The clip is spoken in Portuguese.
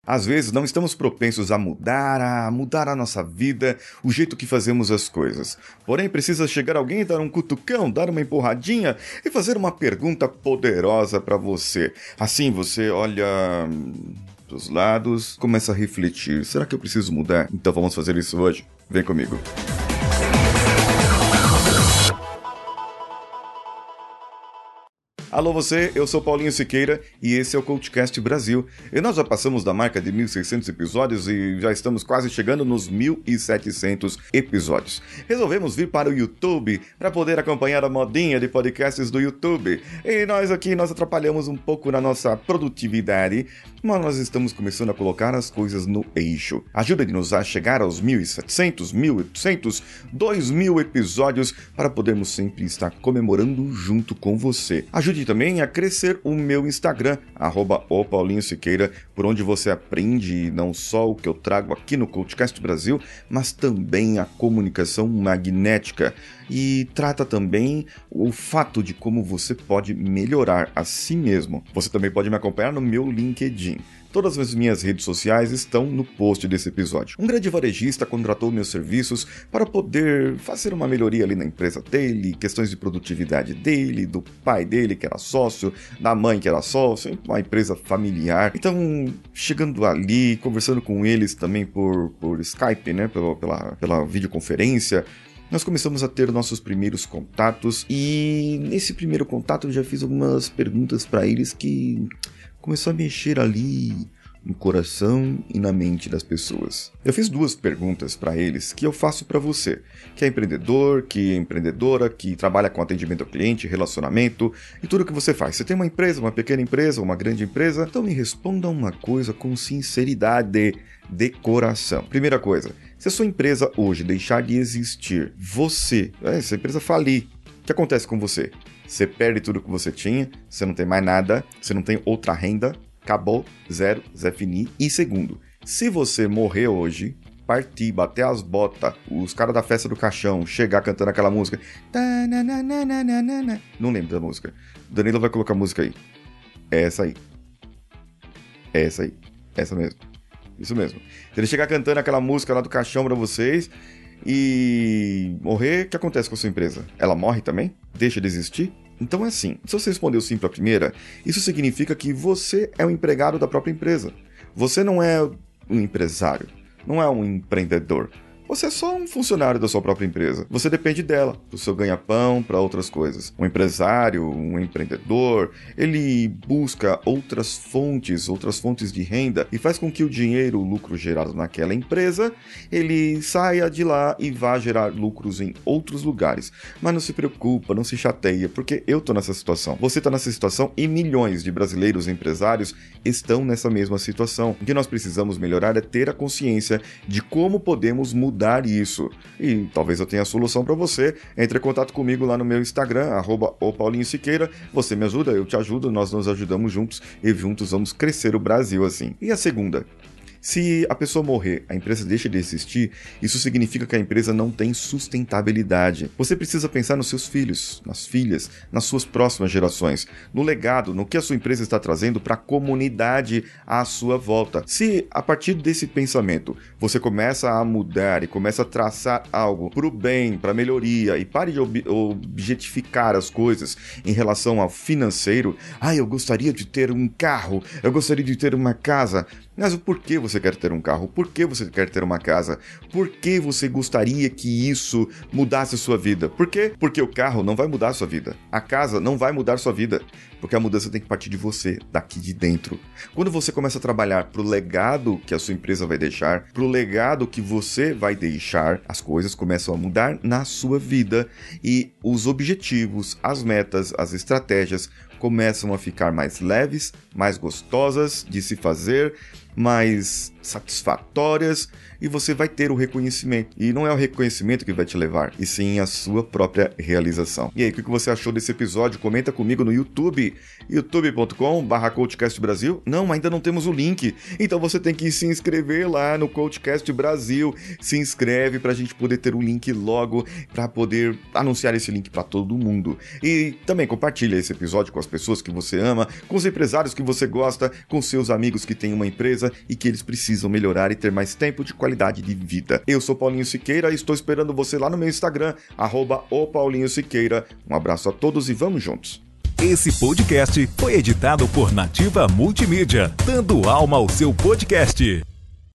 Às vezes não estamos propensos a mudar a nossa vida, o jeito que fazemos as coisas. Porém, precisa chegar alguém e dar um cutucão, dar uma empurradinha e fazer uma pergunta poderosa para você. Assim você olha para os lados, começa a refletir. Será que eu preciso mudar? Então vamos fazer isso hoje. Vem comigo. Alô você, eu sou Paulinho Siqueira e esse é o CoachCast Brasil. E nós já passamos da marca de 1.600 episódios e já estamos quase chegando nos 1.700 episódios. Resolvemos vir para o YouTube para poder acompanhar a modinha de podcasts do YouTube. E nós atrapalhamos um pouco na nossa produtividade, mas nós estamos começando a colocar as coisas no eixo. Ajude-nos a chegar aos 1.700, 1.800, 2.000 episódios para podermos sempre estar comemorando junto com você. Ajude também a crescer o meu Instagram, @opaulinhosiqueira, por onde você aprende não só o que eu trago aqui no CoachCast Brasil, mas também a comunicação magnética e trata também o fato de como você pode melhorar a si mesmo. Você também pode me acompanhar no meu LinkedIn. Todas as minhas redes sociais estão no post desse episódio. Um grande varejista contratou meus serviços para poder fazer uma melhoria ali na empresa dele, questões de produtividade dele, do pai dele que era sócio, da mãe que era sócio, uma empresa familiar. Então, chegando ali, conversando com eles também por Skype, né, pela videoconferência, nós começamos a ter nossos primeiros contatos e nesse primeiro contato eu já fiz algumas perguntas para eles que começou a mexer ali no coração e na mente das pessoas. Eu fiz 2 perguntas para eles que eu faço para você, que é empreendedor, que é empreendedora, que trabalha com atendimento ao cliente, relacionamento e tudo que você faz. Você tem uma empresa, uma pequena empresa, uma grande empresa? Então me responda uma coisa com sinceridade, de coração. Primeira coisa, se a sua empresa hoje deixar de existir, se a empresa falir, o que acontece com você? Você perde tudo que você tinha, você não tem mais nada, você não tem outra renda, acabou, zero, Zé Fini. E segundo, se você morrer hoje, partir, bater as botas, os caras da festa do caixão, chegar cantando aquela música, não lembro da música, Danilo vai colocar a música aí, é essa aí, essa mesmo, isso mesmo. Se ele chegar cantando aquela música lá do caixão pra vocês e morrer, o que acontece com a sua empresa? Ela morre também? Deixa de existir? Então é assim, se você respondeu sim para a primeira, isso significa que você é um empregado da própria empresa. Você não é um empresário, não é um empreendedor. Você é só um funcionário da sua própria empresa. Você depende dela, do seu ganha-pão, para outras coisas. Um empresário, um empreendedor, ele busca outras fontes de renda e faz com que o dinheiro, o lucro gerado naquela empresa, ele saia de lá e vá gerar lucros em outros lugares. Mas não se preocupa, não se chateia, porque eu tô nessa situação. Você tá nessa situação e milhões de brasileiros empresários estão nessa mesma situação. O que nós precisamos melhorar é ter a consciência de como podemos mudar isso. E talvez eu tenha a solução para você. Entre em contato comigo lá no meu Instagram, @opaulinhosiqueira. Você me ajuda, eu te ajudo, nós nos ajudamos juntos e juntos vamos crescer o Brasil assim. E a segunda? Se a pessoa morrer, a empresa deixa de existir, isso significa que a empresa não tem sustentabilidade. Você precisa pensar nos seus filhos, nas filhas, nas suas próximas gerações, no legado, no que a sua empresa está trazendo para a comunidade à sua volta. Se a partir desse pensamento você começa a mudar e começa a traçar algo para o bem, para a melhoria e pare de objetificar as coisas em relação ao financeiro, eu gostaria de ter um carro, eu gostaria de ter uma casa. Mas o porquê você quer ter um carro? Por que você quer ter uma casa? Por que você gostaria que isso mudasse a sua vida? Por quê? Porque o carro não vai mudar a sua vida. A casa não vai mudar a sua vida. Porque a mudança tem que partir de você, daqui de dentro. Quando você começa a trabalhar pro legado que a sua empresa vai deixar, pro legado que você vai deixar, as coisas começam a mudar na sua vida e os objetivos, as metas, as estratégias começam a ficar mais leves, mais gostosas de se fazer, mais satisfatórias e você vai ter o reconhecimento. E não é o reconhecimento que vai te levar, e sim a sua própria realização. E aí, o que você achou desse episódio? Comenta comigo no YouTube, youtube.com/CoachCastBrasil. Não, ainda não temos o link. Então você tem que se inscrever lá no CoachCast Brasil. Se inscreve pra gente poder ter o link logo, pra poder anunciar esse link pra todo mundo. E também compartilha esse episódio com as pessoas que você ama, com os empresários que você gosta, com seus amigos que têm uma empresa e que eles precisam melhorar e ter mais tempo de qualidade de vida. Eu sou Paulinho Siqueira e estou esperando você lá no meu Instagram, @opaulinhosiqueira. Um abraço a todos e vamos juntos. Esse podcast foi editado por Nativa Multimídia, dando alma ao seu podcast.